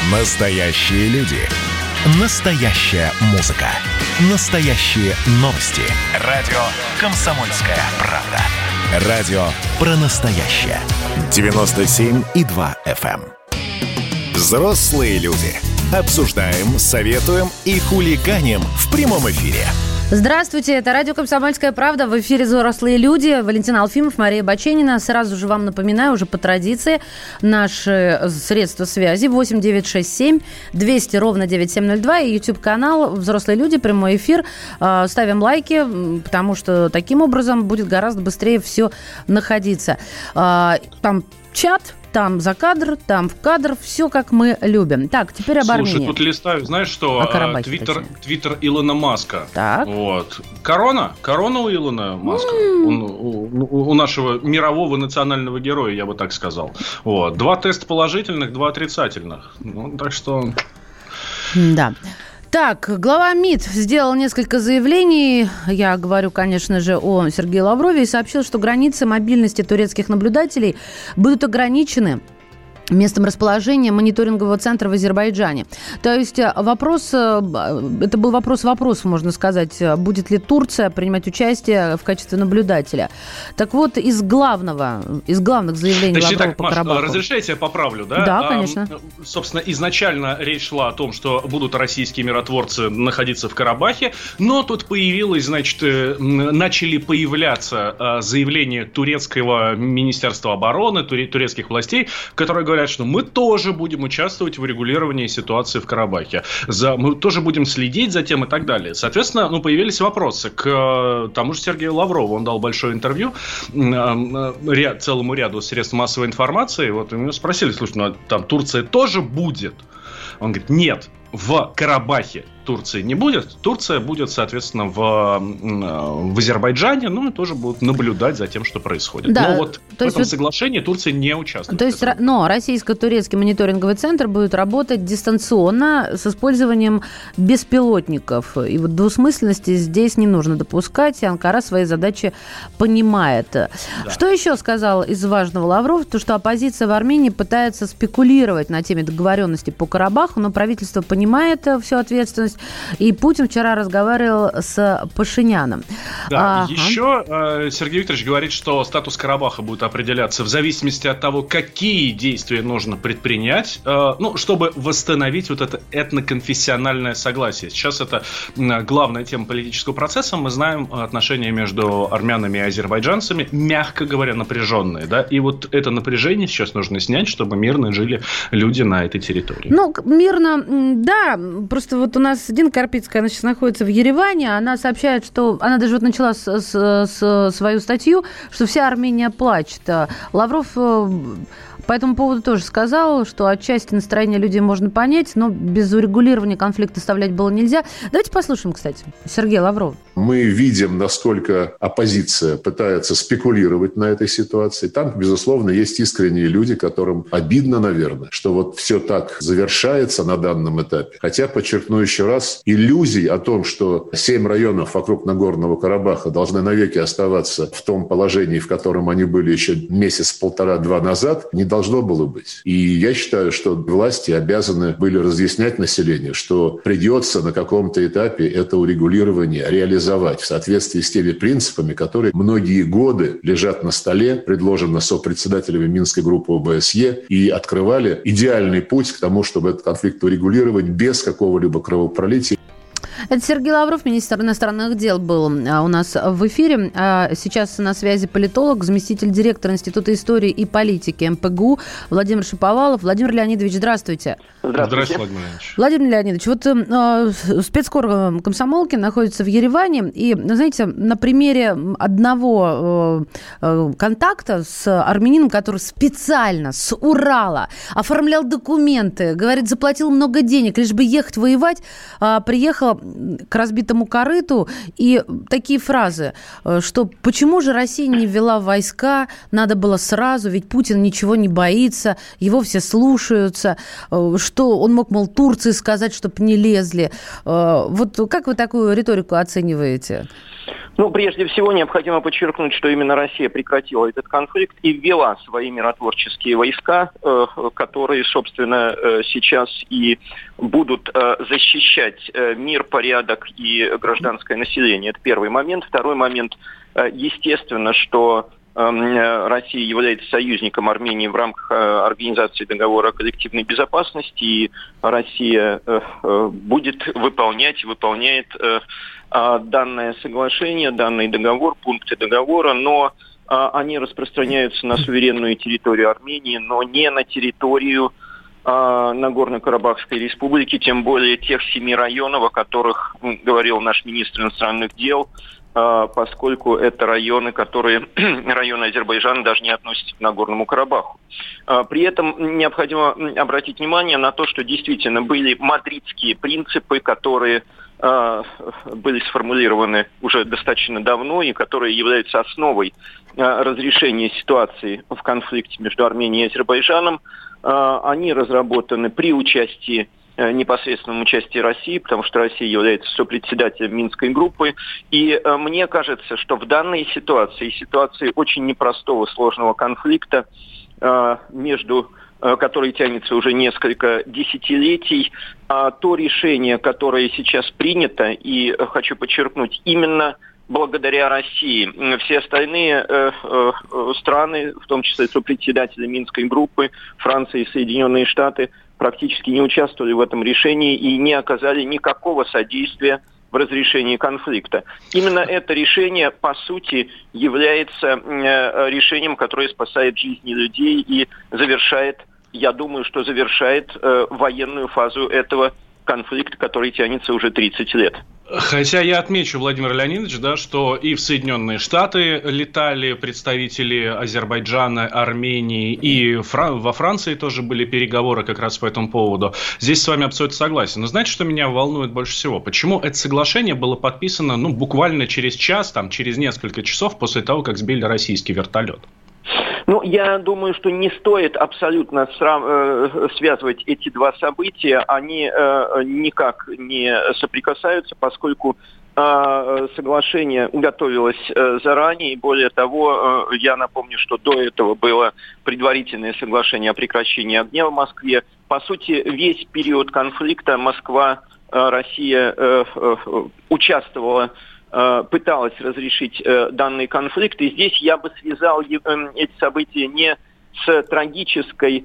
Настоящие люди. Настоящая музыка. Настоящие новости. Радио «Комсомольская правда». Радио про настоящее. 97,2 FM. Взрослые люди. Обсуждаем, советуем и хулиганим в прямом эфире. Здравствуйте, это радио «Комсомольская правда». В эфире «Взрослые люди». Валентин Алфимов, Мария Баченина. Сразу же вам напоминаю, уже по традиции, наши средства связи 8 967 200 ровно 9702 и YouTube-канал «Взрослые люди», прямой эфир. Ставим лайки, потому что таким образом будет гораздо быстрее все находиться. Там чат, там за кадр, там в кадр, все как мы любим. Так, теперь об Армении. Слушай, тут листаю, знаешь что? Твиттер Илона Маска. Так. Вот. Корона у Илона Маска. У нашего мирового национального героя, я бы так сказал. Вот. 2 теста положительных, 2 отрицательных. Ну, так что... Да. Так, глава МИД сделал несколько заявлений. Я говорю, конечно же, о Сергее Лаврове. И сообщил, что границы мобильности турецких наблюдателей будут ограничены местом расположения мониторингового центра в Азербайджане. То есть вопрос, это был вопрос вопросов, можно сказать, будет ли Турция принимать участие в качестве наблюдателя. Так вот, из главных заявлений Лаврова по Карабаху. Разрешите, я поправлю, да? Да, конечно. Собственно, изначально речь шла о том, что будут российские миротворцы находиться в Карабахе, но тут появилось, начали появляться заявления турецкого министерства обороны, турецких властей, которые говорят, что мы тоже будем участвовать в регулировании ситуации в Карабахе. Мы тоже будем следить за тем и так далее. Соответственно, появились вопросы к тому же Сергею Лаврову. Он дал большое интервью целому ряду средств массовой информации. Вот, и меня спросили, слушай, там Турция тоже будет? Он говорит, нет, в Карабахе Турции не будет. Турция будет, соответственно, в Азербайджане, и тоже будут наблюдать за тем, что происходит. Да, но вот в этом соглашении Турция не участвует. То есть, но российско-турецкий мониторинговый центр будет работать дистанционно с использованием беспилотников. И вот двусмысленности здесь не нужно допускать, и Анкара свои задачи понимает. Да. Что еще сказал из важного Лавров? То, что оппозиция в Армении пытается спекулировать на теме договоренности по Карабаху, но правительство понимает всю ответственность. И Путин вчера разговаривал с Пашиняном. Да, еще Сергей Викторович говорит, что статус Карабаха будет определяться в зависимости от того, какие действия нужно предпринять, чтобы восстановить вот это этноконфессиональное согласие. Сейчас это главная тема политического процесса. Мы знаем отношения между армянами и азербайджанцами, мягко говоря, напряженные. Да? И вот это напряжение сейчас нужно снять, чтобы мирно жили люди на этой территории. Мирно, да. Просто вот у нас Дина Карпицкая, она сейчас находится в Ереване, она сообщает, что она даже начала свою статью, что вся Армения плачет. Лавров по этому поводу тоже сказал, что отчасти настроение людей можно понять, но без урегулирования конфликта оставлять было нельзя. Давайте послушаем, кстати, Сергея Лаврова. Мы видим, насколько оппозиция пытается спекулировать на этой ситуации. Там, безусловно, есть искренние люди, которым обидно, наверное, что вот все так завершается на данном этапе. Хотя, подчеркну еще раз, иллюзий о том, что 7 районов вокруг Нагорного Карабаха должны навеки оставаться в том положении, в котором они были еще месяц, 1,5-2 назад, не должно было быть. И я считаю, что власти обязаны были разъяснять населению, что придется на каком-то этапе это урегулирование реализовать в соответствии с теми принципами, которые многие годы лежат на столе, предложено сопредседателями Минской группы ОБСЕ, и открывали идеальный путь к тому, чтобы этот конфликт урегулировать без какого-либо кровопролития. Это Сергей Лавров, министр иностранных дел, был у нас в эфире. Сейчас на связи политолог, заместитель директора Института истории и политики МПГУ Владимир Шаповалов. Владимир Леонидович, здравствуйте. Здравствуйте, Владимир Леонидович. Владимир Леонидович, вот спецкор комсомолки находится в Ереване. И, знаете, на примере одного контакта с армянином, который специально с Урала оформлял документы, говорит, заплатил много денег, лишь бы ехать воевать, приехал к разбитому корыту, и такие фразы, что почему же Россия не ввела войска, надо было сразу, ведь Путин ничего не боится, его все слушаются, что он мог, мол, Турции сказать, чтобы не лезли. Вот как вы такую риторику оцениваете? Прежде всего, необходимо подчеркнуть, что именно Россия прекратила этот конфликт и ввела свои миротворческие войска, которые, собственно, сейчас и будут защищать мир, порядок и гражданское население. Это первый момент. Второй момент. Естественно, что Россия является союзником Армении в рамках Организации договора о коллективной безопасности, и Россия выполняет данное соглашение, данный договор, пункты договора, но они распространяются на суверенную территорию Армении, но не на территорию Нагорно-Карабахской республики, тем более тех 7 районов, о которых говорил наш министр иностранных дел, поскольку это районы, районы Азербайджана даже не относятся к Нагорному Карабаху. При этом необходимо обратить внимание на то, что действительно были мадридские принципы, которые были сформулированы уже достаточно давно и которые являются основой разрешения ситуации в конфликте между Арменией и Азербайджаном. Они разработаны при непосредственном участии России, потому что Россия является сопредседателем Минской группы. И мне кажется, что в данной ситуации очень непростого, сложного конфликта, который тянется уже несколько десятилетий, то решение, которое сейчас принято, и хочу подчеркнуть, именно благодаря России. Все остальные страны, в том числе сопредседатели Минской группы, Франция и Соединенные Штаты, практически не участвовали в этом решении и не оказали никакого содействия в разрешении конфликта. Именно это решение, по сути, является решением, которое спасает жизни людей и завершает военную фазу этого конфликта, который тянется уже 30 лет. Хотя я отмечу, Владимир Леонидович, что и в Соединенные Штаты летали представители Азербайджана, Армении, и во Франции тоже были переговоры как раз по этому поводу. Здесь с вами абсолютно согласен. Но знаете, что меня волнует больше всего? Почему это соглашение было подписано буквально через час, через несколько часов после того, как сбили российский вертолет? Я думаю, что не стоит абсолютно связывать эти два события. Они никак не соприкасаются, поскольку соглашение готовилось заранее. И более того, я напомню, что до этого было предварительное соглашение о прекращении огня в Москве. По сути, весь период конфликта Москва, Россия пыталась разрешить данный конфликт. И здесь я бы связал эти события не с трагическим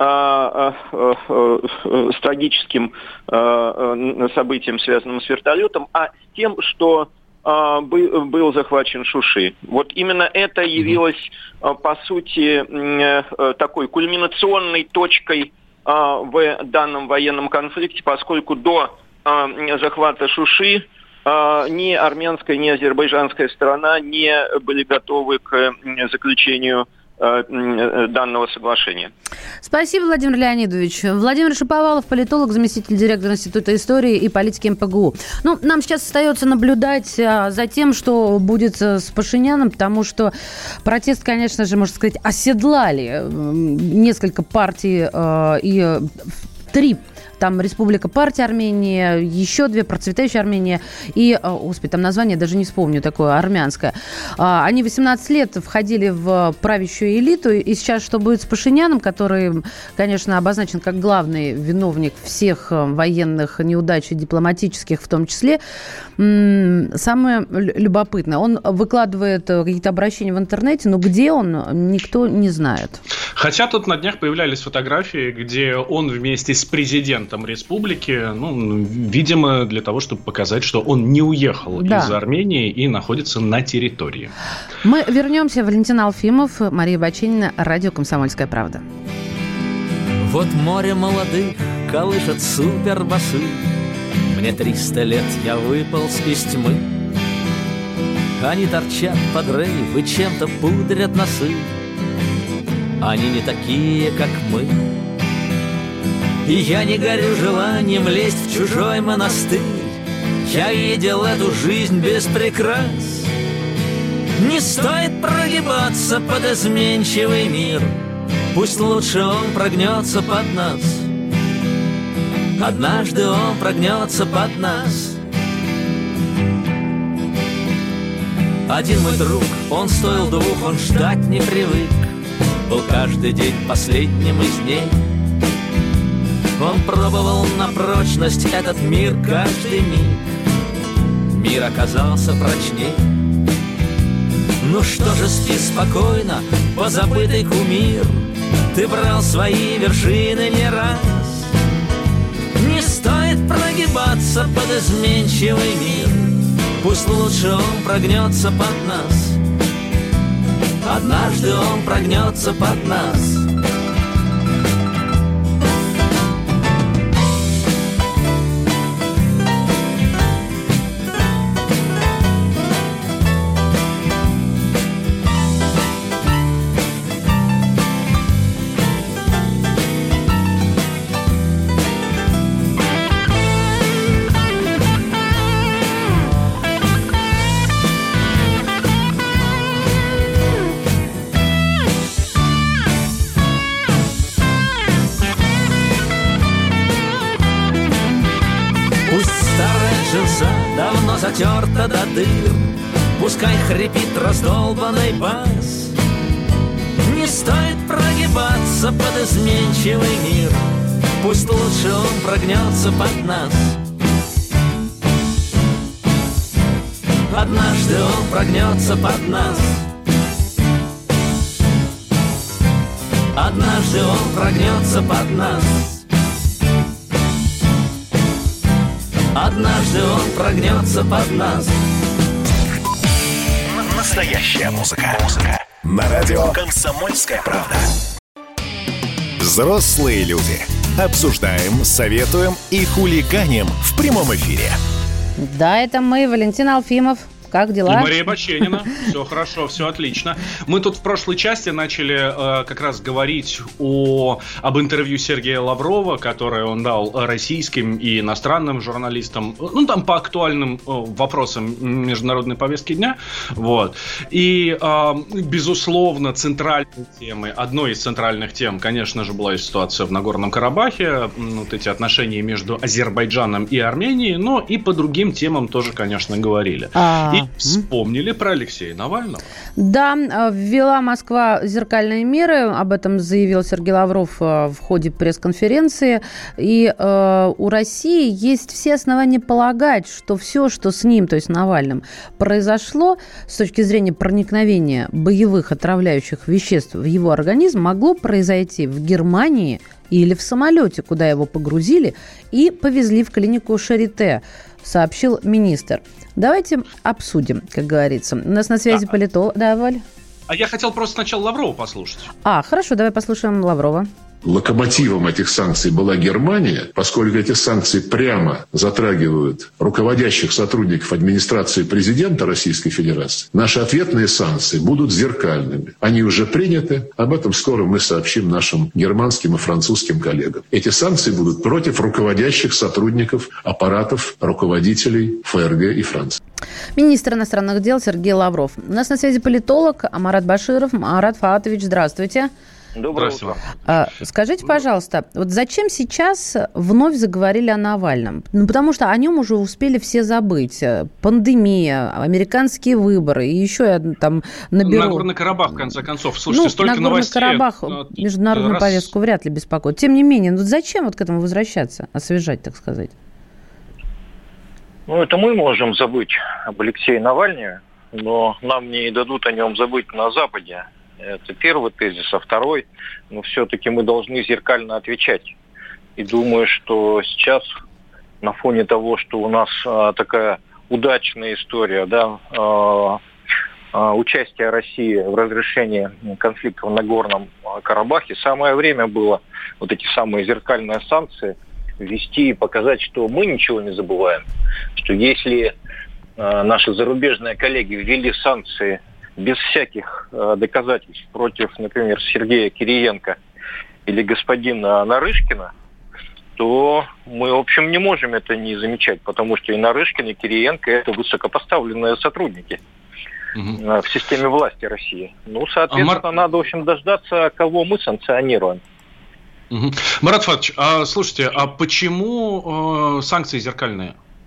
событием, связанным с вертолетом, а с тем, что был захвачен Шуши. Вот именно это явилось, по сути, такой кульминационной точкой в данном военном конфликте, поскольку до захвата Шуши ни армянская, ни азербайджанская сторона не были готовы к заключению данного соглашения. Спасибо, Владимир Леонидович. Владимир Шаповалов, политолог, заместитель директора Института истории и политики МПГУ. Нам сейчас остается наблюдать за тем, что будет с Пашиняном, потому что протест, конечно же, можно сказать, оседлали несколько партий и 3. Там Республика партия Армения, еще 2 процветающая Армения и, там название даже не вспомню, такое армянское. Они 18 лет входили в правящую элиту, и сейчас что будет с Пашиняном, который, конечно, обозначен как главный виновник всех военных неудач, дипломатических в том числе, самое любопытное. Он выкладывает какие-то обращения в интернете, но где он, никто не знает. Хотя тут на днях появлялись фотографии, где он вместе с президентом республики, видимо, для того, чтобы показать, что он не уехал из Армении и находится на территории. Мы вернемся. Валентин Алфимов, Мария Баченина, радио «Комсомольская правда». Вот море молодых колышет супербасы. Мне 300 лет, я выполз из тьмы. Они торчат под рейв и чем-то пудрят носы. Они не такие, как мы. И я не горю желанием лезть в чужой монастырь. Я видел эту жизнь без прикрас. Не стоит прогибаться под изменчивый мир. Пусть лучше он прогнется под нас. Однажды он прогнется под нас. Один мой друг, он стоил двух, он ждать не привык. Был каждый день последним из дней. Он пробовал на прочность этот мир каждый миг. Мир оказался прочней. Ну что же, спи спокойно, позабытый кумир. Ты брал свои вершины не раз. Не стоит прогибаться под изменчивый мир. Пусть лучше он прогнется под нас. Однажды он прогнется под нас. Давно затерта до дыр, пускай хрипит раздолбанный бас. Не стоит прогибаться под изменчивый мир. Пусть лучше он прогнется под нас. Однажды он прогнется под нас. Однажды он прогнется под нас. Однажды он прогнется под нас. Настоящая музыка. На радио «Комсомольская правда». Взрослые люди. Обсуждаем, советуем и хулиганим в прямом эфире. Да, это мы, Валентин Алфимов. Как дела? И Мария Баченина. Все хорошо, все отлично. Мы тут в прошлой части начали как раз говорить об интервью Сергея Лаврова, которое он дал российским и иностранным журналистам, ну, там по актуальным вопросам международной повестки дня. Вот. И, безусловно, центральной темой, одной из центральных тем, конечно же, была ситуация в Нагорном Карабахе, вот эти отношения между Азербайджаном и Арменией, но и по другим темам тоже, конечно, говорили. И вспомнили про Алексея Навального. Да, ввела Москва зеркальные меры, об этом заявил Сергей Лавров в ходе пресс-конференции. И у России есть все основания полагать, что все, что с ним, то есть Навальным, произошло с точки зрения проникновения боевых отравляющих веществ в его организм, могло произойти в Германии или в самолете, куда его погрузили и повезли в клинику Шарите, сообщил министр. Давайте обсудим, как говорится. У нас на связи политолог. Да, Валь? А я хотел просто сначала Лаврова послушать. Хорошо, давай послушаем Лаврова. Локомотивом этих санкций была Германия, поскольку эти санкции прямо затрагивают руководящих сотрудников администрации президента Российской Федерации. Наши ответные санкции будут зеркальными. Они уже приняты. Об этом скоро мы сообщим нашим германским и французским коллегам. Эти санкции будут против руководящих сотрудников аппаратов руководителей ФРГ и Франции. Министр иностранных дел Сергей Лавров. У нас на связи политолог Марат Баширов. Марат Фаатович, здравствуйте. Доброе утро. Скажите, пожалуйста, вот зачем сейчас вновь заговорили о Навальном? Ну, потому что о нем уже успели все забыть. Пандемия, американские выборы, и еще я там наберу... Нагорный Карабах, в конце концов. Слушайте, столько новостей. Нагорный Карабах международную повестку вряд ли беспокоит. Тем не менее, зачем вот к этому возвращаться, освежать, так сказать? Это мы можем забыть об Алексее Навальне, но нам не дадут о нем забыть на Западе. Это первый тезис. А второй, все-таки мы должны зеркально отвечать. И думаю, что сейчас на фоне того, что у нас такая удачная история, участия России в разрешении конфликта в Нагорном Карабахе, самое время было вот эти самые зеркальные санкции ввести и показать, что мы ничего не забываем. Что если наши зарубежные коллеги ввели санкции без всяких доказательств против, например, Сергея Кириенко или господина Нарышкина, то мы, в общем, не можем это не замечать, потому что и Нарышкин, и Кириенко – это высокопоставленные сотрудники в системе власти России. Соответственно, надо, в общем, дождаться, кого мы санкционируем. Марат Фатович, слушайте, а почему санкции зеркальные?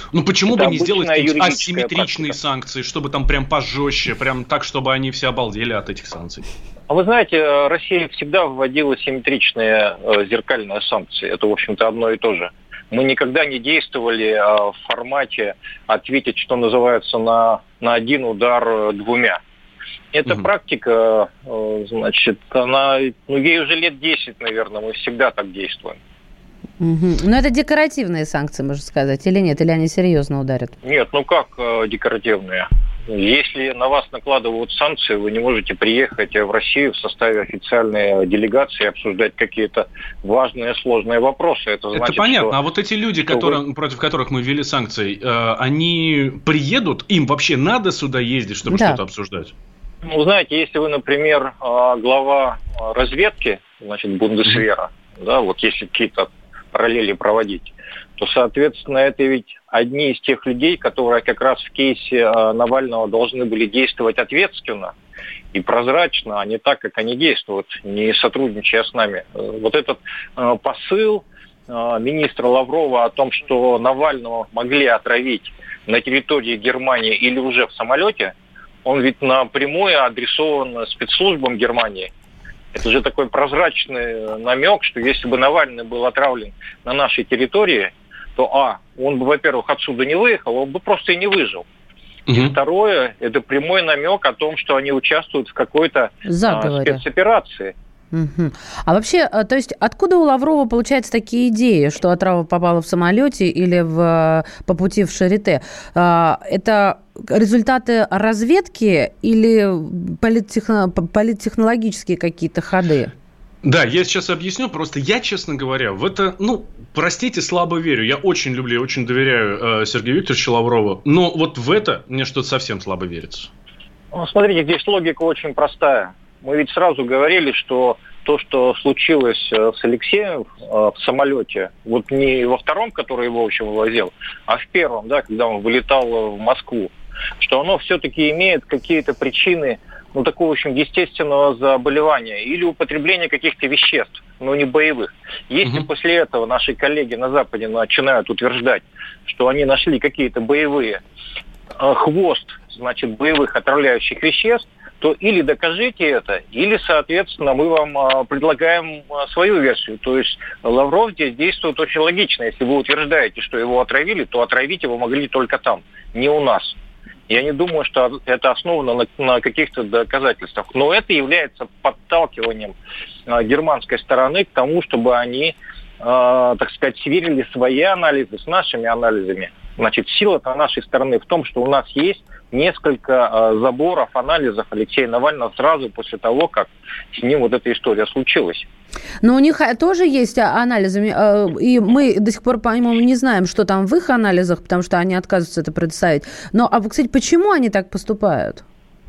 Ну почему Это бы не сделать какие-то юридическая асимметричные практика. санкции, чтобы там прям пожестче, прям так, чтобы они все обалдели от этих санкций? А вы знаете, Россия всегда вводила симметричные зеркальные санкции. Это, в общем-то, одно и то же. Мы никогда не действовали в формате ответить, что называется, на один удар двумя. Эта практика, значит, она, ей уже лет 10, наверное, мы всегда так действуем. Но это декоративные санкции, можно сказать, или нет? Или они серьезно ударят? Нет, ну как декоративные? Если на вас накладывают санкции, вы не можете приехать в Россию в составе официальной делегации и обсуждать какие-то важные, сложные вопросы. Это значит, понятно. что... А вот эти люди, против которых мы ввели санкции, они приедут? Им вообще надо сюда ездить, чтобы что-то обсуждать? Ну, знаете, если вы, например, глава разведки, значит, Бундесвера, да, вот если какие-то параллели проводить, то, соответственно, это ведь одни из тех людей, которые как раз в кейсе Навального должны были действовать ответственно и прозрачно, а не так, как они действуют, не сотрудничая с нами. Вот этот посыл министра Лаврова о том, что Навального могли отравить на территории Германии или уже в самолете, он ведь напрямую адресован спецслужбам Германии. Это же такой прозрачный намек, что если бы Навальный был отравлен на нашей территории, то, он бы, во-первых, отсюда не выехал, он бы просто и не выжил. И второе, это прямой намек о том, что они участвуют в какой-то спецоперации. А вообще, то есть, откуда у Лаврова получаются такие идеи, что отрава попала в самолете или по пути в Шарите? Это результаты разведки или политтехнологические какие-то ходы? Да, я сейчас объясню. Просто я, честно говоря, в это, простите, слабо верю. Я очень люблю и очень доверяю Сергею Викторовичу Лаврову. Но вот в это мне что-то совсем слабо верится. Смотрите, здесь логика очень простая. Мы ведь сразу говорили, что то, что случилось с Алексеем в самолете, вот не во втором, который его, в общем, вывозил, а в первом, да, когда он вылетал в Москву, что оно все-таки имеет какие-то причины, такого, в общем, естественного заболевания или употребления каких-то веществ, но не боевых. Если после этого наши коллеги на Западе начинают утверждать, что они нашли какие-то боевые, хвост, значит, боевых отравляющих веществ, то или докажите это, или, соответственно, мы вам предлагаем свою версию. То есть Лавров здесь действует очень логично. Если вы утверждаете, что его отравили, то отравить его могли только там, не у нас. Я не думаю, что это основано на каких-то доказательствах. Но это является подталкиванием германской стороны к тому, чтобы они, так сказать, сверили свои анализы с нашими анализами. Значит, сила-то нашей стороны в том, что у нас есть несколько заборов, анализов Алексея Навального сразу после того, как с ним вот эта история случилась. Но у них тоже есть анализы, и мы до сих пор, по-моему, не знаем, что там в их анализах, потому что они отказываются это представить. Но, кстати, почему они так поступают?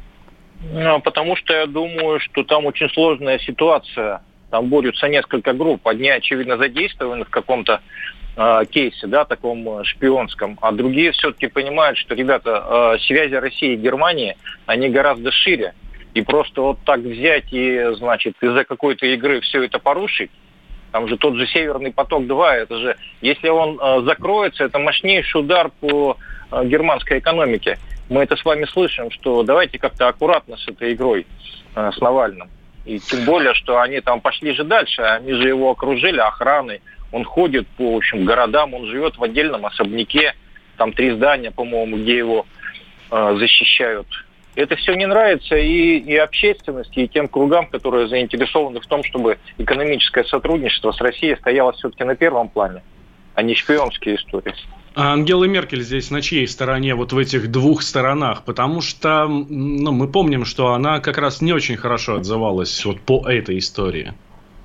Потому что я думаю, что там очень сложная ситуация. Там борются несколько групп. Одни, очевидно, задействованы в каком-то кейсе, да, таком шпионском, а другие все-таки понимают, что, ребята, связи России и Германии, они гораздо шире. И просто вот так взять и, значит, из-за какой-то игры все это порушить, там же тот же Северный поток-2, это же, если он закроется, это мощнейший удар по германской экономике. Мы это с вами слышим, что давайте как-то аккуратно с этой игрой, с Навальным. И тем более, что они там пошли же дальше, они же его окружили охраной. Он ходит по, в общем, городам, он живет в отдельном особняке, там 3 здания, по-моему, где его защищают. Это все не нравится и общественности, и тем кругам, которые заинтересованы в том, чтобы экономическое сотрудничество с Россией стояло все-таки на первом плане, а не шпионские истории. А Ангела Меркель здесь на чьей стороне, вот в этих двух сторонах? Потому что, мы помним, что она как раз не очень хорошо отзывалась вот по этой истории.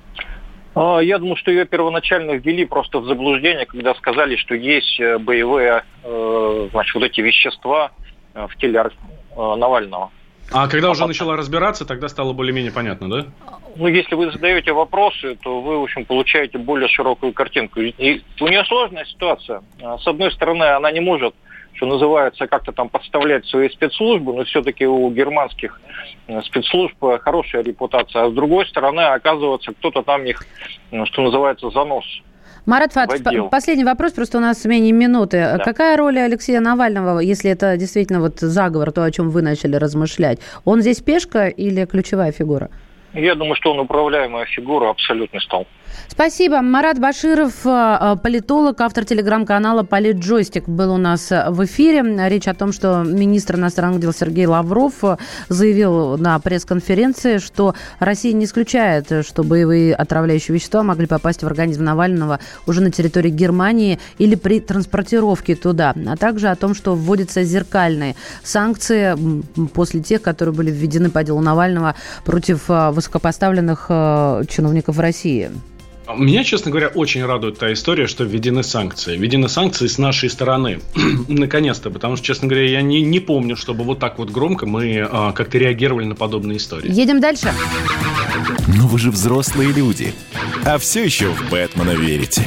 Я думаю, что ее первоначально ввели просто в заблуждение, когда сказали, что есть боевые, значит, вот эти вещества в теле Навального. А когда уже начала разбираться, тогда стало более-менее понятно, да? Если вы задаете вопросы, то вы, в общем, получаете более широкую картинку. И у нее сложная ситуация. С одной стороны, она не может, что называется, как-то там подставлять свои спецслужбы, но все-таки у германских спецслужб хорошая репутация. А с другой стороны, оказывается, кто-то там их, что называется, занос. Марат Фатович, последний вопрос, просто у нас менее минуты. Да. Какая роль Алексея Навального, если это действительно вот заговор, то, о чем вы начали размышлять? Он здесь пешка или ключевая фигура? Я думаю, что он управляемая фигура, абсолютный стол. Спасибо. Марат Баширов, политолог, автор телеграм-канала «Политджойстик», был у нас в эфире. Речь о том, что министр иностранных дел Сергей Лавров заявил на пресс-конференции, что Россия не исключает, что боевые отравляющие вещества могли попасть в организм Навального уже на территории Германии или при транспортировке туда. А также о том, что вводятся зеркальные санкции после тех, которые были введены по делу Навального против высокопоставленных чиновников России. Меня, честно говоря, очень радует та история, что введены санкции. Введены санкции с нашей стороны. Наконец-то. Потому что, честно говоря, я не помню, чтобы вот так вот громко мы как-то реагировали на подобные истории. Едем дальше. Ну вы же взрослые люди. А все еще в Бэтмена верите.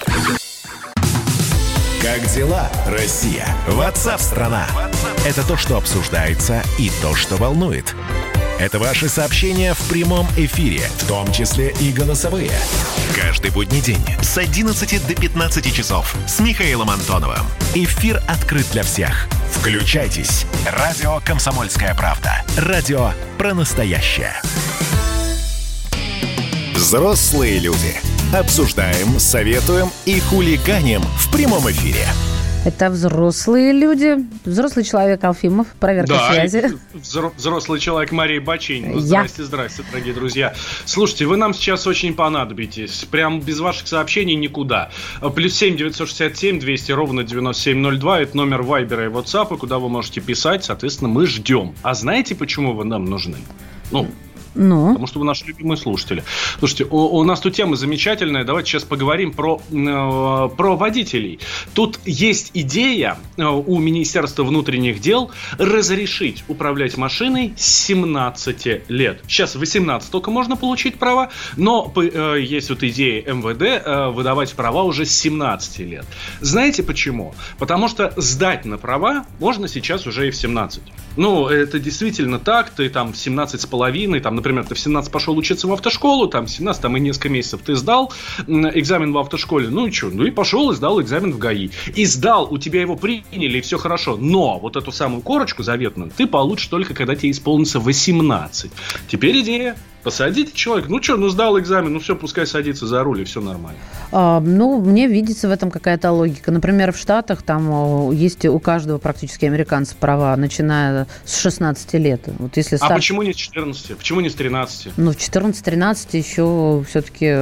Как дела, Россия? WhatsApp-страна. Это то, что обсуждается и то, что волнует. Это ваши сообщения в прямом эфире, в том числе и голосовые. Каждый будний день с 11 до 15 часов с Михаилом Антоновым. Эфир открыт для всех. Включайтесь. Радио «Комсомольская правда». Радио про настоящее. Взрослые люди. Обсуждаем, советуем и хулиганим в прямом эфире. Это взрослые люди. Взрослый человек Алфимов. Проверка связи. Взрослый человек Мария Баченина. Здрасте, дорогие друзья. Слушайте, вы нам сейчас очень понадобитесь. Прям без ваших сообщений никуда. +7 967 200 ровно 9702. Это номер Вайбера и WhatsApp, куда вы можете писать. Соответственно, мы ждем. А знаете, почему вы нам нужны? Потому что вы наши любимые слушатели. Слушайте, у нас тут тема замечательная. Давайте сейчас поговорим про водителей. Тут есть идея у Министерства внутренних дел разрешить управлять машиной с 17 лет. Сейчас 18 только можно получить права, но есть вот идея МВД выдавать права уже с 17 лет. Знаете почему? Потому что сдать на права можно сейчас уже и в 17. Это действительно так. Ты там в 17,5, там, например, ты в 17 пошел учиться в автошколу, там в 17, там и несколько месяцев ты сдал экзамен в автошколе, и пошел и сдал экзамен в ГАИ. И сдал, у тебя его приняли, и все хорошо. Но вот эту самую корочку заветную ты получишь только, когда тебе исполнится 18. Теперь идея. Посадите человека. Сдал экзамен, все, пускай садится за руль, и все нормально. Мне видится в этом какая-то логика. Например, в Штатах там есть у каждого практически американца права, начиная с 16 лет. Вот если почему не с 14? Почему не с 13? В 14-13 еще все-таки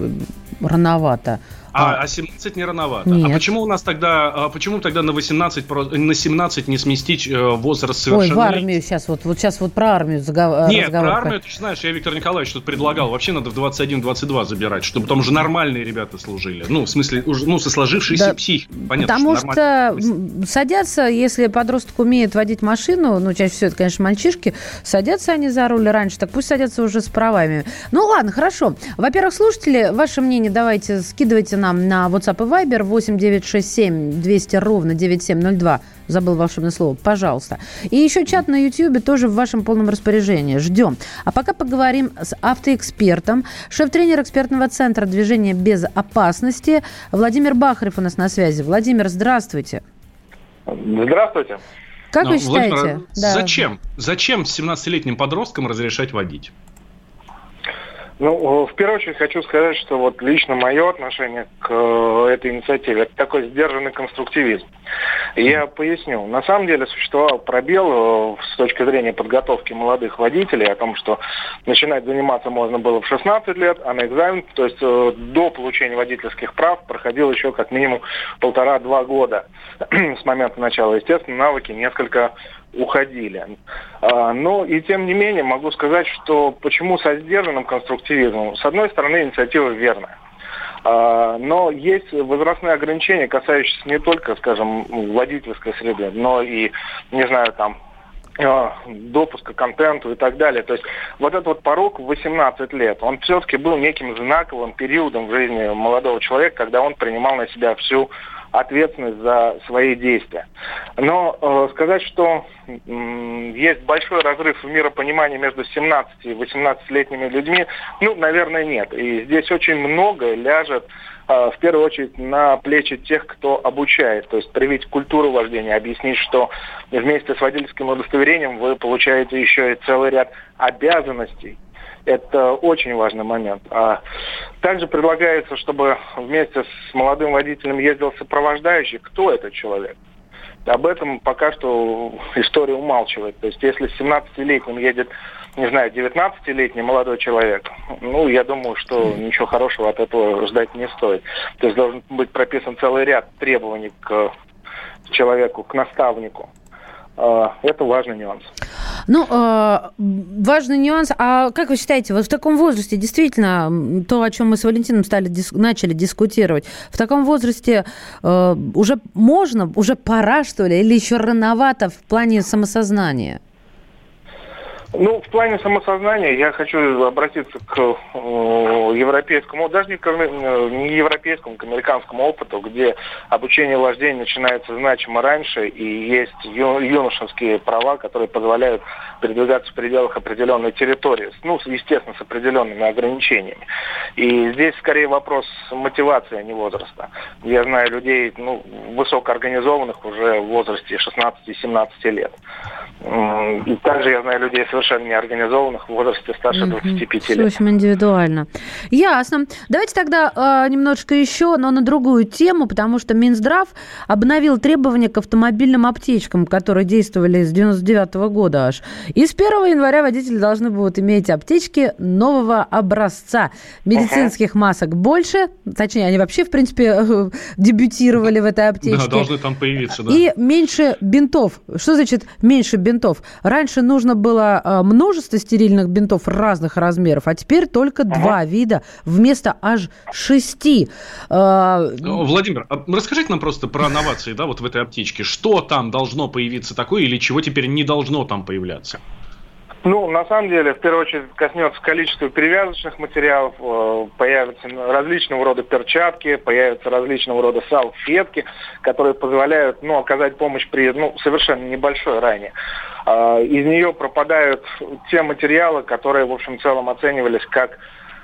рановато. А 17 не рановато. Нет. А почему у нас тогда, на 18, на 17 не сместить возраст совершеннолетия? В армию сейчас вот про армию разговор. Нет, про армию, ты знаешь, я Виктор Николаевич тут предлагал, вообще надо в 21-22 забирать, чтобы там уже нормальные ребята служили. В смысле, со сложившейся психикой. Понятно, потому что садятся, если подросток умеет водить машину, чаще всего это, конечно, мальчишки, садятся они за руль раньше, так пусть садятся уже с правами. Ладно, хорошо. Во-первых, слушатели, ваше мнение давайте скидывайте нам на WhatsApp и Viber 8 967 200 ровно 9702. Забыл волшебное слово. Пожалуйста. И еще чат на YouTube тоже в вашем полном распоряжении. Ждем. А пока поговорим с автоэкспертом, шеф-тренер экспертного центра движения без опасности Владимир Бахарев у нас на связи. Владимир, здравствуйте. Здравствуйте. Как вы считаете? Владимир, зачем 17-летним подросткам разрешать водить? В первую очередь хочу сказать, что лично мое отношение к этой инициативе – это такой сдержанный конструктивизм. Я поясню. На самом деле существовал пробел с точки зрения подготовки молодых водителей о том, что начинать заниматься можно было в 16 лет, а на экзамен, то есть до получения водительских прав, проходил еще как минимум 1,5-2 года с момента начала. Естественно, навыки несколько уходили. Но и тем не менее могу сказать, что почему со сдержанным конструктивизмом. С одной стороны, инициатива верная. Но есть возрастные ограничения, касающиеся не только, скажем, водительской среды, но и, допуска к контенту и так далее. То есть этот порог в 18 лет, он все-таки был неким знаковым периодом в жизни молодого человека, когда он принимал на себя всю ответственность за свои действия. Но сказать, что есть большой разрыв в миропонимании между 17 и 18-летними людьми, наверное, нет. И здесь очень многое ляжет в первую очередь на плечи тех, кто обучает. То есть привить культуру вождения, объяснить, что вместе с водительским удостоверением вы получаете еще и целый ряд обязанностей. Это очень важный момент. Также предлагается, чтобы вместе с молодым водителем ездил сопровождающий. Кто этот человек? Об этом пока что история умалчивает. То есть если с 17-летним едет, не знаю, 19-летний молодой человек, я думаю, что ничего хорошего от этого ждать не стоит. То есть должен быть прописан целый ряд требований к человеку, к наставнику. Это важный нюанс. Важный нюанс. А как вы считаете, вот в таком возрасте действительно то, о чем мы с Валентином начали дискутировать, в таком возрасте уже можно, уже пора, что ли, или еще рановато в плане самосознания? В плане самосознания я хочу обратиться к европейскому, даже не европейскому, к американскому опыту, где обучение вождению начинается значимо раньше, и есть юношеские права, которые позволяют передвигаться в пределах определенной территории, естественно, с определенными ограничениями. И здесь скорее вопрос мотивации, а не возраста. Я знаю людей, высокоорганизованных уже в возрасте 16-17 лет. И также я знаю людей совершенно неорганизованных в возрасте старше 25 лет. В общем, индивидуально. Ясно. Давайте тогда немножечко еще, но на другую тему, потому что Минздрав обновил требования к автомобильным аптечкам, которые действовали с 1999 года аж. И с 1 января водители должны будут иметь аптечки нового образца. Медицинских масок больше, точнее, они вообще, в принципе, дебютировали в этой аптечке. Да, должны там появиться, да. И меньше бинтов. Что значит меньше бинтов? Раньше нужно было множество стерильных бинтов разных размеров, а теперь только 2 вида вместо аж 6. Владимир, расскажите нам просто про новации, да, вот в этой аптечке. Что там должно появиться такое или чего теперь не должно там появляться? На самом деле, в первую очередь, коснется количества перевязочных материалов, появятся различного рода перчатки, появятся различного рода салфетки, которые позволяют, оказать помощь при, совершенно небольшой ране. Из нее пропадают те материалы, которые, в общем, в целом оценивались как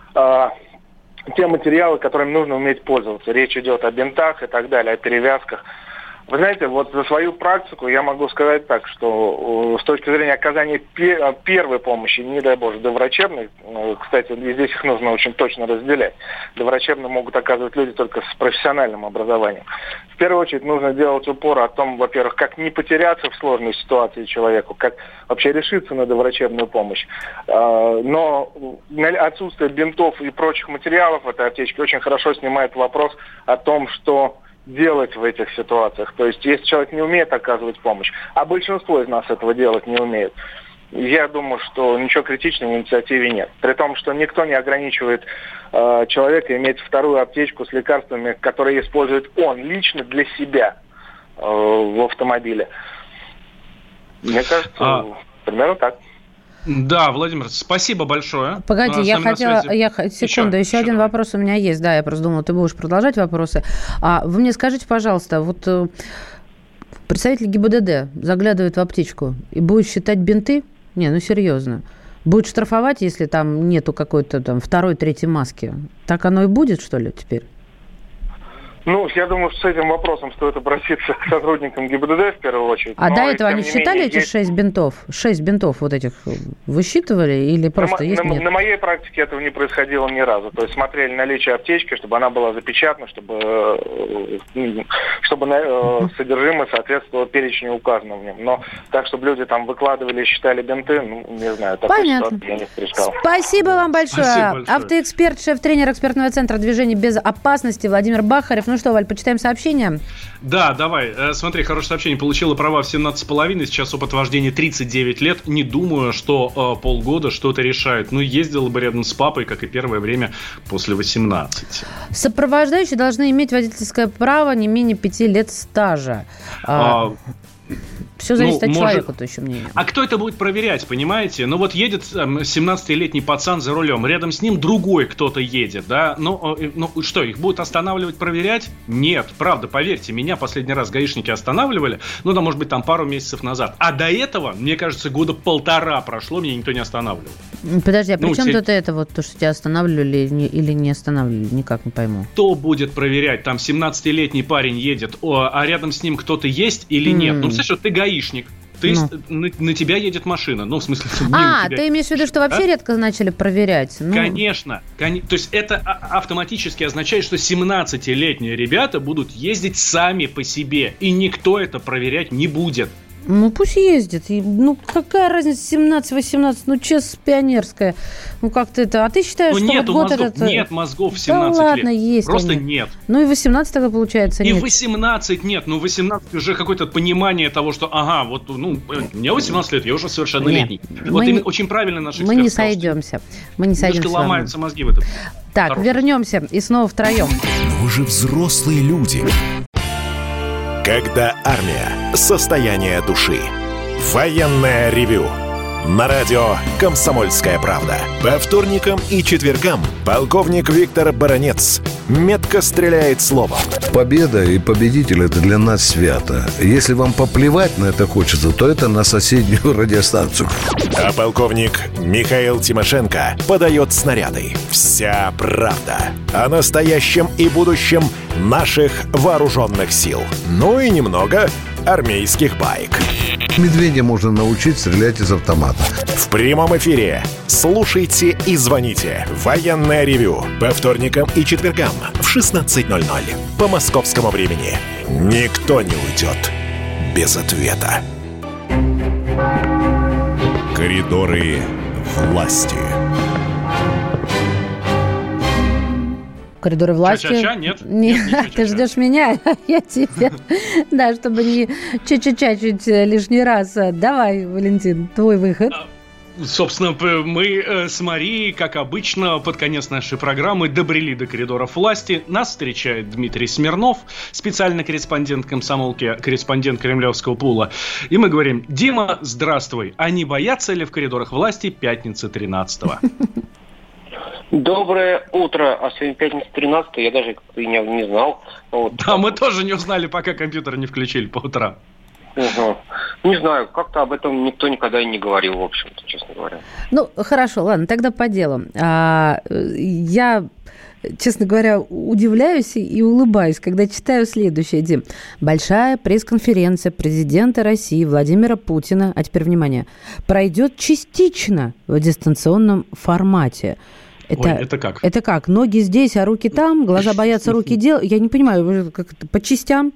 те материалы, которыми нужно уметь пользоваться. Речь идет о бинтах и так далее, о перевязках. Вы знаете, вот за свою практику я могу сказать так, что с точки зрения оказания первой помощи, не дай боже, доврачебной, кстати, здесь их нужно очень точно разделять. Доврачебно могут оказывать люди только с профессиональным образованием. В первую очередь нужно делать упор о том, во-первых, как не потеряться в сложной ситуации человеку, как вообще решиться на доврачебную помощь. Но отсутствие бинтов и прочих материалов в этой аптечке очень хорошо снимает вопрос о том, что делать в этих ситуациях. То есть, если человек не умеет оказывать помощь, а большинство из нас этого делать не умеет, я думаю, что ничего критичного в инициативе нет. При том, что никто не ограничивает человека иметь вторую аптечку с лекарствами, которые использует он лично для себя в автомобиле. Мне кажется, примерно так. Да, Владимир, спасибо большое. Погоди, секунду, еще один вопрос у меня есть. Да, я просто думала, ты будешь продолжать вопросы. Вы мне скажите, пожалуйста, вот представитель ГИБДД заглядывает в аптечку и будет считать бинты? Не, серьезно. Будет штрафовать, если там нету какой-то там второй, третьей маски? Так оно и будет, что ли, теперь? Я думаю, что с этим вопросом стоит обратиться к сотрудникам ГИБДД в первую очередь. До этого они считали эти 6 бинтов? 6 бинтов вот этих высчитывали или просто есть нет? На моей практике этого не происходило ни разу. То есть смотрели наличие аптечки, чтобы она была запечатана, чтобы содержимое соответствовало перечню указанному в нем. Но так, чтобы люди там выкладывали и считали бинты, не знаю, такой ситуации я не встречал. Спасибо вам большое. Автоэксперт, шеф-тренер экспертного центра движения безопасности Владимир Бахарев. Ну что, Валь, почитаем сообщения? Да, давай. Смотри, хорошее сообщение. Получила права в 17,5, сейчас опыт вождения 39 лет. Не думаю, что полгода что-то решает. Ездила бы рядом с папой, как и первое время после 18. Сопровождающие должны иметь водительское право не менее 5 лет стажа. Все зависит от человека, то еще мнение. А кто это будет проверять, понимаете? Ну, вот едет 17-летний пацан за рулем, рядом с ним другой кто-то едет, да? Ну, что, их будут останавливать, проверять? Нет, правда, поверьте, меня последний раз гаишники останавливали, ну, да, может быть, там пару месяцев назад. А до этого, мне кажется, года 1.5 прошло, меня никто не останавливал. Подожди, а при чем тут это, вот то, что тебя останавливали или не останавливали? Никак не пойму. Кто будет проверять? Там 17-летний парень едет, а рядом с ним кто-то есть или нет? Ну, представляешь, ты гаишник. На тебя едет машина. Ну, в смысле, ты имеешь в виду, что вообще редко начали проверять? Конечно. То есть это автоматически означает, что 17-летние ребята будут ездить сами по себе, и никто это проверять не будет. Ну, пусть ездит. Ну, какая разница, 17-18, честно, пионерская. Ну, как-то это... А ты считаешь, что вот год этот... Нет мозгов в 17 лет. Ладно, есть просто они. Нет. Ну, и 18 тогда получается и нет. И 18 нет. 18 уже какое-то понимание того, что, мне 18 лет, я уже совершеннолетний. Очень правильно наш эксперт Мы не сойдемся. Немножко ломаются мозги в этом. Так, вернемся и снова втроем. Но вы же взрослые люди. Когда армия. Состояние души. Военное ревю. На радио «Комсомольская правда». По вторникам и четвергам полковник Виктор Баранец метко стреляет словом. Победа и победитель – это для нас свято. Если вам поплевать на это хочется, то это на соседнюю радиостанцию. А полковник Михаил Тимошенко подает снаряды. Вся правда о настоящем и будущем наших вооруженных сил. Ну и немного армейских баек. Медведя можно научить стрелять из автомата. В прямом эфире. Слушайте и звоните. Военное ревю. По вторникам и четвергам в 16:00. По московскому времени. Никто не уйдет без ответа. Коридоры власти. Коридоры власти. Ча-ча-ча? Нет, ты ждешь меня, я тебя. Да, чтобы не ча-ча-ча чуть лишний раз. Давай, Валентин, твой выход. Собственно, мы с Марией, как обычно, под конец нашей программы добрели до коридоров власти. Нас встречает Дмитрий Смирнов, специальный корреспондент комсомолки, корреспондент кремлевского пула. И мы говорим: Дима, здравствуй. А не боятся ли в коридорах власти пятницы 13-го? Доброе утро. А сегодня пятница 13-го, я даже как-то не знал. Да, мы тоже не узнали, пока компьютер не включили по утрам. Угу. Не знаю, как-то об этом никто никогда и не говорил, в общем-то, честно говоря. Ну, хорошо, ладно, тогда по делу. Я, честно говоря, удивляюсь и улыбаюсь, когда читаю следующее, Дим. Большая пресс-конференция президента России Владимира Путина, а теперь внимание, пройдет частично в дистанционном формате. Это как? Это как? Ноги здесь, а руки там? Глаза боятся, руки делать? Я не понимаю, как это, по частям?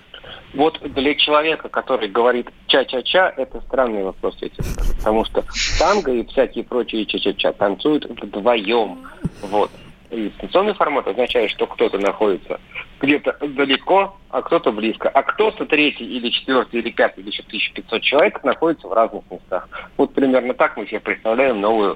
Вот для человека, который говорит ча-ча-ча, это странный вопрос, я тебе скажу. Потому что танго и всякие прочие ча-ча-ча танцуют вдвоем. Вот. И дистанционный формат означает, что кто-то находится где-то далеко, а кто-то близко. А кто-то третий или четвертый или пятый или еще 1500 человек находится в разных местах. Вот примерно так мы себе представляем новую,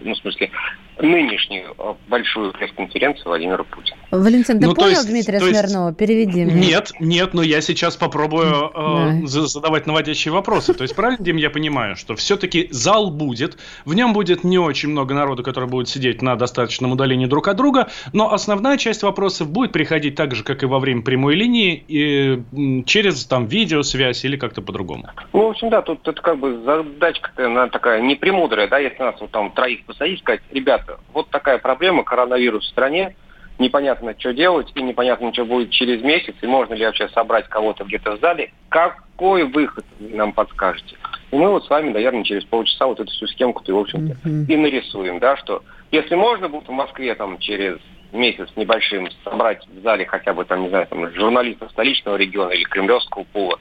нынешнюю большую пресс-конференцию Владимира Путина. Валентин, ты понял Дмитрия Смирнова? Переведи мне. Нет, но я сейчас попробую задавать наводящие вопросы. То есть правильно, Дим, я понимаю, что все-таки зал будет, в нем будет не очень много народу, который будет сидеть на достаточном удалении друг от друга, но основная часть вопросов будет приходить так же, как и во время прямой линии, и через видеосвязь или как-то по-другому. В общем, да, тут это как бы задачка-то, она такая не премудрая, да, если нас троих посадить, сказать: ребята, вот такая проблема, коронавирус в стране, непонятно, что делать, и непонятно, что будет через месяц, и можно ли вообще собрать кого-то где-то в зале, какой выход вы нам подскажете? И мы с вами, наверное, через полчаса вот эту всю схемку-то, в общем-то, и нарисуем, да, что если можно будет в Москве через месяц небольшим собрать в зале хотя бы, журналистов столичного региона или кремлевского пула,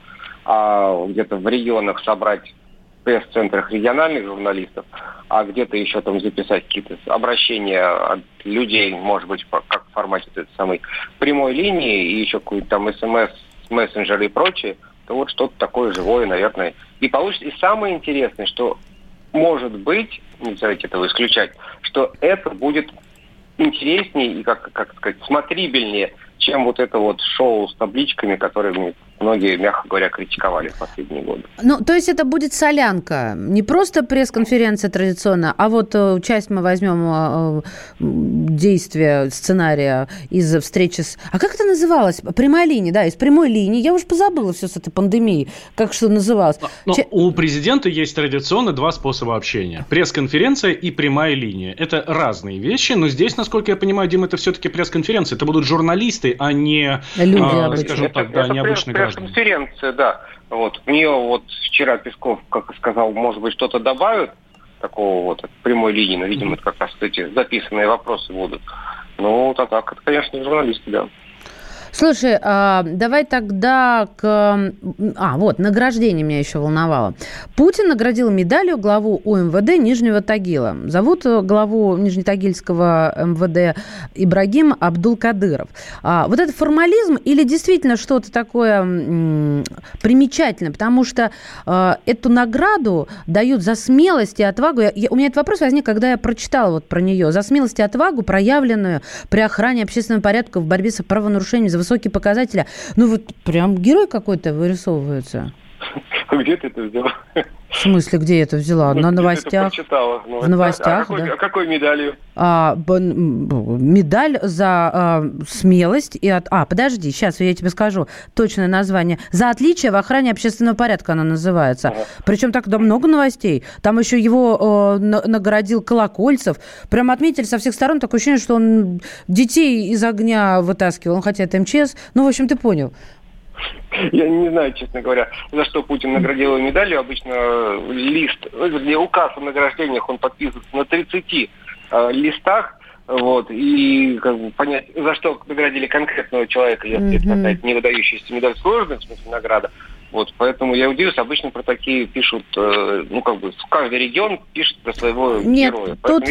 а где-то в регионах собрать в пресс-центрах региональных журналистов, а где-то еще записать какие-то обращения от людей, может быть, как в формате этой самой прямой линии, и еще какой-то СМС, мессенджеры и прочее, то вот что-то такое живое, наверное, и получится. И самое интересное, что может быть, не давайте этого исключать, что это будет интереснее и, как сказать, смотрибельнее, чем вот это шоу с табличками, которые мы многие, мягко говоря, критиковали в последние годы. Ну, то есть это будет солянка, не просто пресс-конференция традиционная, а вот часть мы возьмем действия, сценария из встречи с... А как это называлось? Прямая линия, да, из прямой линии. Я уже позабыла все с этой пандемией, как что называлось. Но у президента есть традиционно два способа общения. Пресс-конференция и прямая линия. Это разные вещи, но здесь, насколько я понимаю, Дим, это все-таки пресс-конференция. Это будут журналисты, а не, скажем так, не обычные граждане. Пресс-конференция, да. Вот. В нее вот вчера Песков, как сказал, может быть, что-то добавят такого вот прямой линии, но, видимо, это как раз эти записанные вопросы будут. Ну, так, это, конечно, журналисты, да. Слушай, давай тогда к... вот, награждение меня еще волновало. Путин наградил медалью главу УМВД Нижнего Тагила. Зовут главу Нижнетагильского МВД Ибрагим Абдулкадыров. Вот это формализм или действительно что-то такое примечательное? Потому что эту награду дают за смелость и отвагу. У меня этот вопрос возник, когда я прочитала вот про нее. За смелость и отвагу, проявленную при охране общественного порядка в борьбе с правонарушениями за высокие показатели. Ну вот прям герой какой-то вырисовывается. Где ты это взяла? В смысле, где я это взяла? На новостях. В новостях, да. Какой медалью? Медаль за смелость и подожди, сейчас я тебе скажу точное название. За отличие в охране общественного порядка она называется. Ага. Причем так много новостей. Там еще его наградил Колокольцев. Прям отметили со всех сторон. Такое ощущение, что он детей из огня вытаскивал. Хотя это МЧС. Ну, в общем, ты понял. Я не знаю, честно говоря, за что Путин наградил его медалью. Обычно указ о награждениях он подписывается на 30 листах. Вот, и как бы понять, за что наградили конкретного человека, если это какая-то не выдающаяся медаль сложная, в смысле награда. Вот, поэтому я удивлюсь, обычно про такие пишут, каждый регион пишет про своего героя. Тут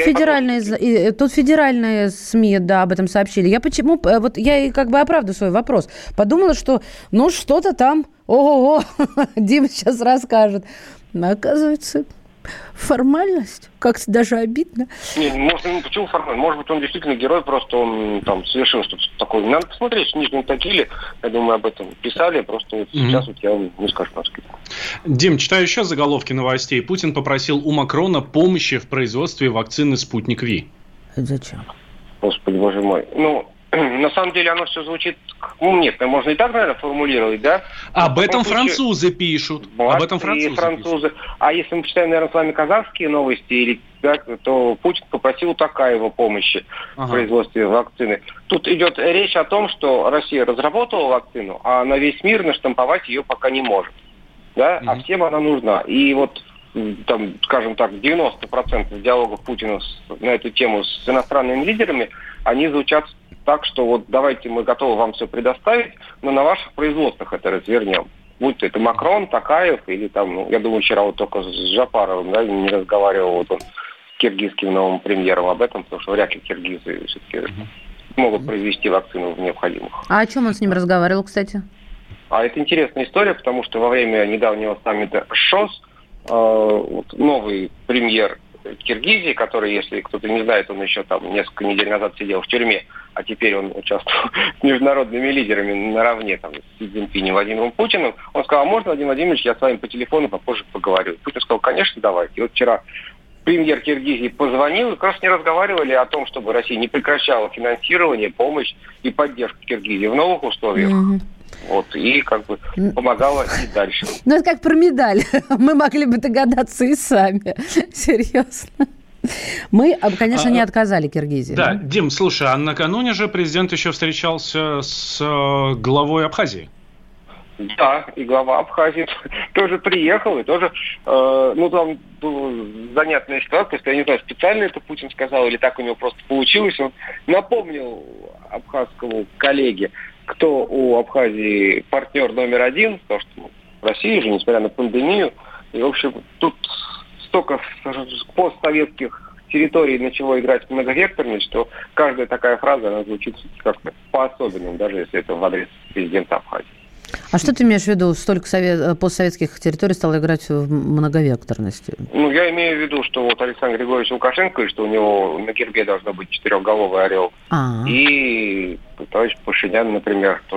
федеральные СМИ, да, об этом сообщили. Я как бы оправдываю свой вопрос. Подумала, что, что-то там, ого-го, Дима сейчас расскажет. Но, оказывается, формальность. Как-то даже обидно. Почему формально? Может быть, он действительно герой, просто он там совершил что-то такое. Надо посмотреть, в Нижнем Тагиле, я думаю, об этом писали, просто вот сейчас вот я вам не скажу. Дим, читаю еще заголовки новостей. Путин попросил у Макрона помощи в производстве вакцины «Спутник Ви». Зачем? Господи, боже мой. На самом деле оно все звучит... можно и так, наверное, формулировать, да? Об этом французы пишут. Об этом французы. А если мы читаем, наверное, с вами казахские новости, то Путин попросил Токаева помощи в производстве вакцины. Тут идет речь о том, что Россия разработала вакцину, а на весь мир наштамповать ее пока не может. Да? А всем она нужна. И вот там, скажем так, 90% диалогов Путина на эту тему с иностранными лидерами, они звучат так, что вот давайте мы готовы вам все предоставить, но на ваших производствах это развернем. Будь то это Макрон, Токаев или там, я думаю, вчера вот только с Жапаровым, да, не разговаривал вот он с киргизским новым премьером об этом, потому что вряд ли киргизы все-таки могут произвести вакцину в необходимых. А о чем он с ним разговаривал, кстати? А это интересная история, потому что во время недавнего саммита ШОС новый премьер Киргизии, который, если кто-то не знает, он еще там несколько недель назад сидел в тюрьме, а теперь он участвовал с международными лидерами наравне там, с Си Цзиньпинем, Владимиром Путиным. Он сказал: можно, Владимир Владимирович, я с вами по телефону попозже поговорю. Путин сказал: конечно, давайте. И вот вчера премьер Киргизии позвонил, и как раз не разговаривали о том, чтобы Россия не прекращала финансирование, помощь и поддержку Киргизии в новых условиях. Вот, и как бы помогала и дальше. Ну, это как про медаль. Мы могли бы догадаться и сами. Серьезно. Мы, конечно, не отказали Киргизии. Да, Дим, слушай, а накануне же президент еще встречался с главой Абхазии. Да, и глава Абхазии тоже приехал, и тоже, там была занятная ситуация, что я не знаю, специально это Путин сказал, или так у него просто получилось. Он напомнил абхазскому коллеге, кто у Абхазии партнер номер один, потому что в России же, несмотря на пандемию, и, в общем, тут столько постсоветских территорий начало играть в многовекторность, что каждая такая фраза, она звучит как-то по-особенному, даже если это в адрес президента Абхазии. А что ты имеешь в виду, столько постсоветских территорий стало играть в многовекторности? Я имею в виду, что вот Александр Григорьевич Лукашенко, и что у него на гербе должно быть 4-головый орел. И товарищ Пашинян, например, тоже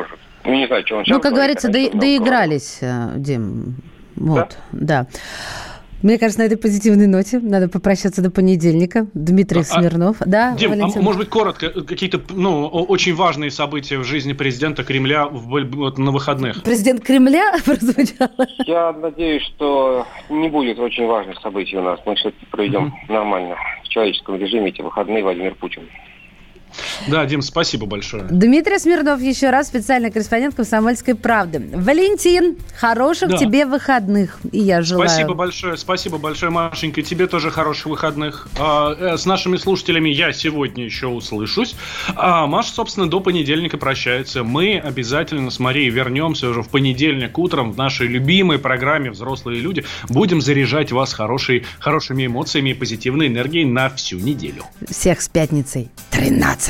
Ну, не знаю, что он сейчас как говорит, говорится, доигрались, Дим. Вот, да. Мне кажется, на этой позитивной ноте надо попрощаться до понедельника. Дмитрий Смирнов. Да, Дим, Валентин? может быть, коротко, какие-то очень важные события в жизни президента Кремля на выходных? Президент Кремля прозвучал? Я надеюсь, что не будет очень важных событий у нас. Мы все-таки проведем нормально, в человеческом режиме эти выходные. Владимир Путин. Да, Дим, спасибо большое. Дмитрий Смирнов, еще раз, специальный корреспондент «Комсомольской правды». Валентин, хороших тебе выходных. И я желаю. Спасибо большое, Машенька. Тебе тоже хороших выходных. С нашими слушателями я сегодня еще услышусь. Маша, собственно, до понедельника прощается. Мы обязательно с Марией вернемся уже в понедельник утром в нашей любимой программе «Взрослые люди». Будем заряжать вас хорошими эмоциями и позитивной энергией на всю неделю. Всех с пятницей. 13-е.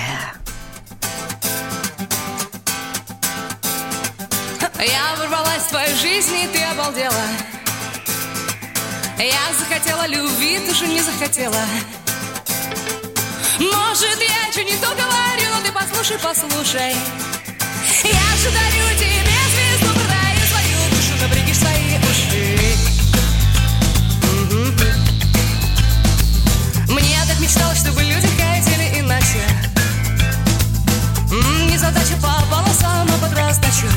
Я ворвалась в твою жизнь, и ты обалдела. Я захотела любви, ты же не захотела. Может, я что не то говорю, но ты послушай. Я же дарю тебе звезду, продаю свою душу, напряги свои уши. Мне так мечталось, чтобы люди хотели иначе. Не задача по полосам, а под раздачу.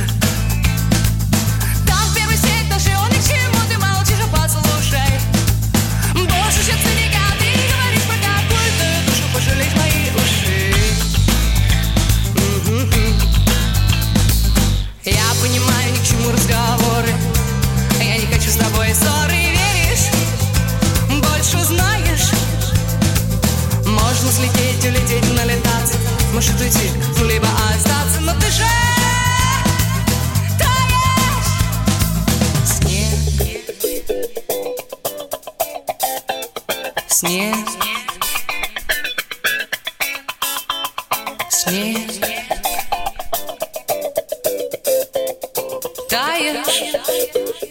Там первый степь, даже он ни к чему, ты молчишь, а послушай. Больше, чем циника, ты говоришь про какую-то душу, пожалеть мои уши. Я понимаю, ни к чему разговоры. Я не хочу с тобой ссоры, веришь? Больше знаешь. Можно слететь, улететь, налетаться. Может уйти, либо остаться. Но ты же таешь. Снег. Таешь.